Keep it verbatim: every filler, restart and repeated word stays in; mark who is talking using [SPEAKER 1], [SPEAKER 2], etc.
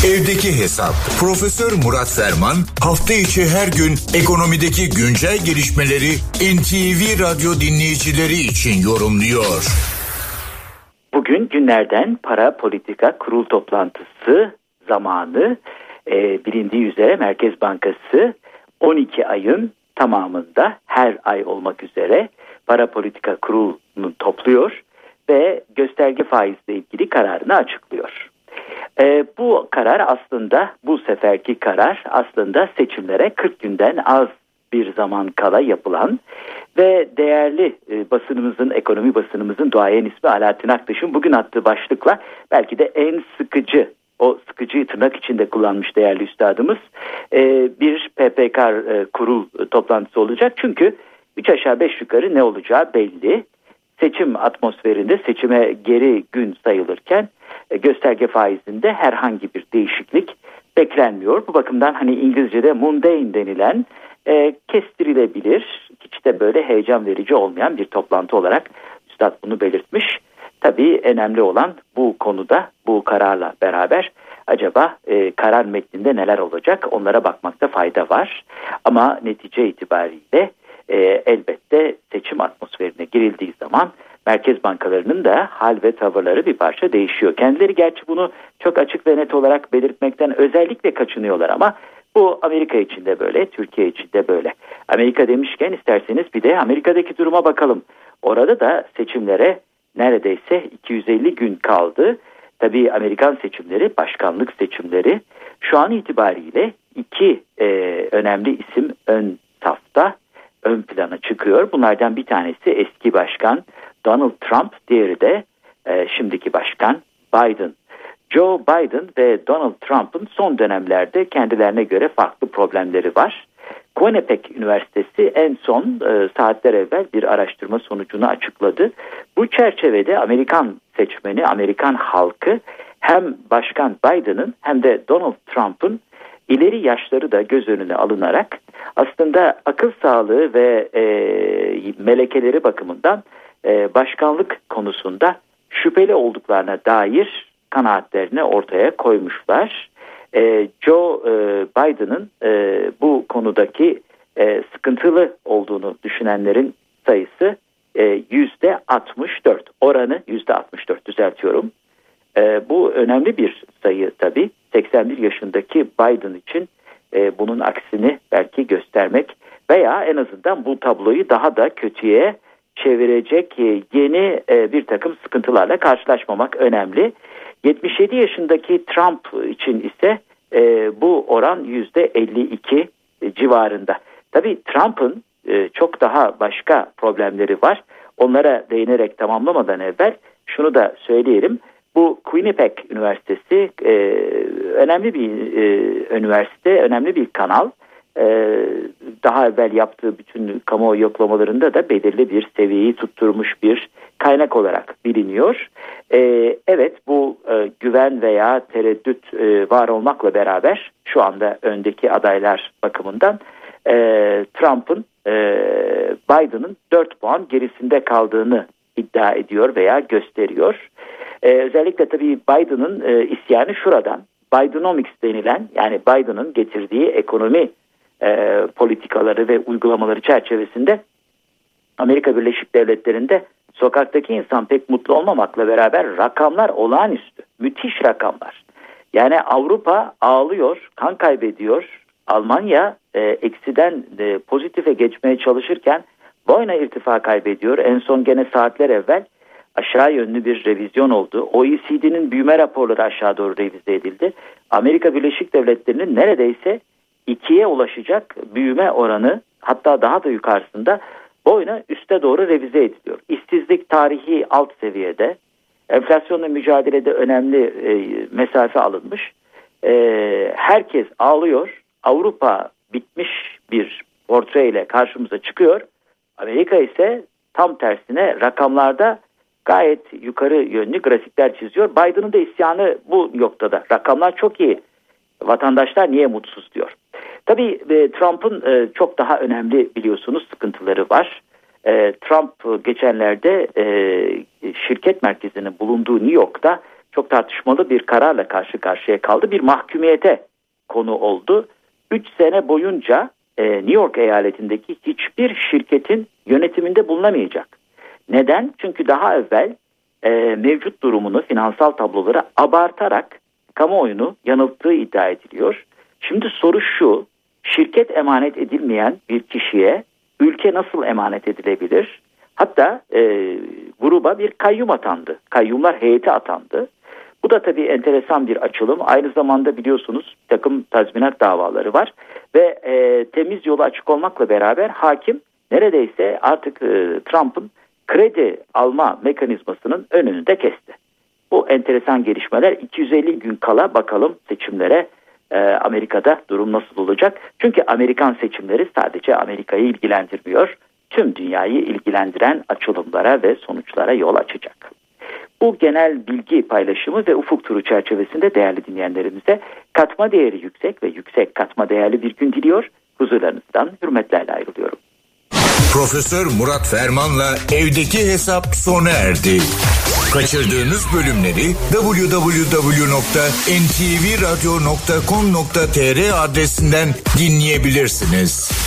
[SPEAKER 1] Evdeki Hesap. Profesör Murat Ferman hafta içi her gün ekonomideki güncel gelişmeleri N T V Radyo dinleyicileri için yorumluyor.
[SPEAKER 2] Bugün günlerden para politika kurul toplantısı zamanı. E, bilindiği üzere Merkez Bankası on iki ayın tamamında her ay olmak üzere para politika kurulunu topluyor ve gösterge faizle ilgili kararını açıklıyor. E, bu karar aslında bu seferki karar aslında seçimlere kırk günden az bir zaman kala yapılan ve değerli e, basınımızın, ekonomi basınımızın duayen ismi Alaaddin Aktaş'ın bugün attığı başlıkla belki de en sıkıcı, o sıkıcıyı tırnak içinde kullanmış değerli üstadımız, e, bir P P K e, kurul toplantısı olacak. Çünkü üç aşağı beş yukarı ne olacağı belli. Seçim atmosferinde seçime geri gün sayılırken e, gösterge faizinde herhangi bir değişiklik beklenmiyor. Bu bakımdan hani İngilizce'de mundane denilen e, kestirilebilir, hiç de böyle heyecan verici olmayan bir toplantı olarak üstad bunu belirtmiş. Tabii önemli olan bu konuda bu kararla beraber acaba e, karar metninde neler olacak onlara bakmakta fayda var. Ama netice itibariyle e, elbette seçim atmosferine girildiği zaman merkez bankalarının da hal ve tavırları bir parça değişiyor. Kendileri gerçi bunu çok açık ve net olarak belirtmekten özellikle kaçınıyorlar ama bu Amerika için de böyle, Türkiye için de böyle. Amerika demişken isterseniz bir de Amerika'daki duruma bakalım. Orada da seçimlere neredeyse iki yüz elli gün kaldı. Tabii Amerikan seçimleri, başkanlık seçimleri şu an itibariyle iki e, önemli isim ön safta, ön plana çıkıyor. Bunlardan bir tanesi eski başkan Donald Trump, diğeri de e, şimdiki başkan Biden. Joe Biden ve Donald Trump'ın son dönemlerde kendilerine göre farklı problemleri var. Quinnipiac Üniversitesi en son e, saatler evvel bir araştırma sonucunu açıkladı. Bu çerçevede Amerikan seçmeni, Amerikan halkı hem Başkan Biden'ın hem de Donald Trump'ın ileri yaşları da göz önüne alınarak aslında akıl sağlığı ve e, melekeleri bakımından e, başkanlık konusunda şüpheli olduklarına dair kanaatlerini ortaya koymuşlar. E, Joe e, Biden'ın e, bu konudaki e, sıkıntılı olduğunu düşünenlerin sayısı e, yüzde altmış dört. Oranı yüzde altmış dört, düzeltiyorum. E, bu önemli bir sayı tabii. seksen bir yaşındaki Biden için e, bunun aksini belki göstermek veya en azından bu tabloyu daha da kötüye çevirecek e, yeni e, bir takım sıkıntılarla karşılaşmamak önemli. yetmiş yedi yaşındaki Trump için ise e, bu oran yüzde elli iki civarında. Tabii Trump'ın e, çok daha başka problemleri var. Onlara değinerek tamamlamadan evvel şunu da söyleyelim. Bu Quinnipiac Üniversitesi e, önemli bir e, üniversite, önemli bir kanal. E, daha evvel yaptığı bütün kamuoyu yoklamalarında da belirli bir seviyeyi tutturmuş bir kaynak olarak biliniyor. E, evet bu e, güven veya tereddüt e, var olmakla beraber şu anda öndeki adaylar bakımından e, Trump'ın e, Biden'ın dört puan gerisinde kaldığını iddia ediyor veya gösteriyor. Ee, özellikle tabii Biden'ın e, isyanı şuradan. Bidenomics denilen, yani Biden'ın getirdiği ekonomi e, politikaları ve uygulamaları çerçevesinde Amerika Birleşik Devletleri'nde sokaktaki insan pek mutlu olmamakla beraber rakamlar olağanüstü. Müthiş rakamlar. Yani Avrupa ağlıyor, kan kaybediyor. Almanya e, eksiden e, pozitife geçmeye çalışırken boyuna irtifa kaybediyor. En son gene saatler evvel aşağı yönlü bir revizyon oldu. O E C D'nin büyüme raporları aşağı doğru revize edildi. Amerika Birleşik Devletleri'nin neredeyse ikiye ulaşacak büyüme oranı, hatta daha da yukarısında boyuna üste doğru revize ediliyor. İşsizlik tarihi alt seviyede. Enflasyonla mücadelede önemli e, mesafe alınmış. E, herkes ağlıyor. Avrupa bitmiş bir portreyle karşımıza çıkıyor. Amerika ise tam tersine rakamlarda gayet yukarı yönlü grafikler çiziyor. Biden'ın da isyanı bu noktada. Rakamlar çok iyi. Vatandaşlar niye mutsuz diyor. Tabii e, Trump'ın e, çok daha önemli biliyorsunuz sıkıntıları var. E, Trump geçenlerde e, şirket merkezinin bulunduğu New York'ta çok tartışmalı bir kararla karşı karşıya kaldı. Bir mahkumiyete konu oldu. üç sene boyunca e, New York eyaletindeki hiçbir şirketin yönetiminde bulunamayacak. Neden? Çünkü daha evvel e, mevcut durumunu, finansal tabloları abartarak kamuoyunu yanılttığı iddia ediliyor. Şimdi soru şu, şirket emanet edilmeyen bir kişiye ülke nasıl emanet edilebilir? Hatta e, gruba bir kayyum atandı. Kayyumlar heyeti atandı. Bu da tabii enteresan bir açılım. Aynı zamanda biliyorsunuz bir takım tazminat davaları var. Ve e, temiz yolu açık olmakla beraber hakim neredeyse artık e, Trump'ın kredi alma mekanizmasının önünü de kesti. Bu enteresan gelişmeler. iki yüz elli gün kala bakalım seçimlere e, Amerika'da durum nasıl olacak? Çünkü Amerikan seçimleri sadece Amerika'yı ilgilendirmiyor. Tüm dünyayı ilgilendiren açılımlara ve sonuçlara yol açacak. Bu genel bilgi paylaşımı ve ufuk turu çerçevesinde değerli dinleyenlerimize katma değeri yüksek ve yüksek katma değerli bir gün diliyor. Huzurlarınızdan hürmetlerle ayrılıyorum.
[SPEAKER 1] Profesör Murat Ferman'la evdeki hesap sona erdi. Kaçırdığınız bölümleri double-u double-u double-u nokta en ti vi radyo nokta com nokta tr adresinden dinleyebilirsiniz.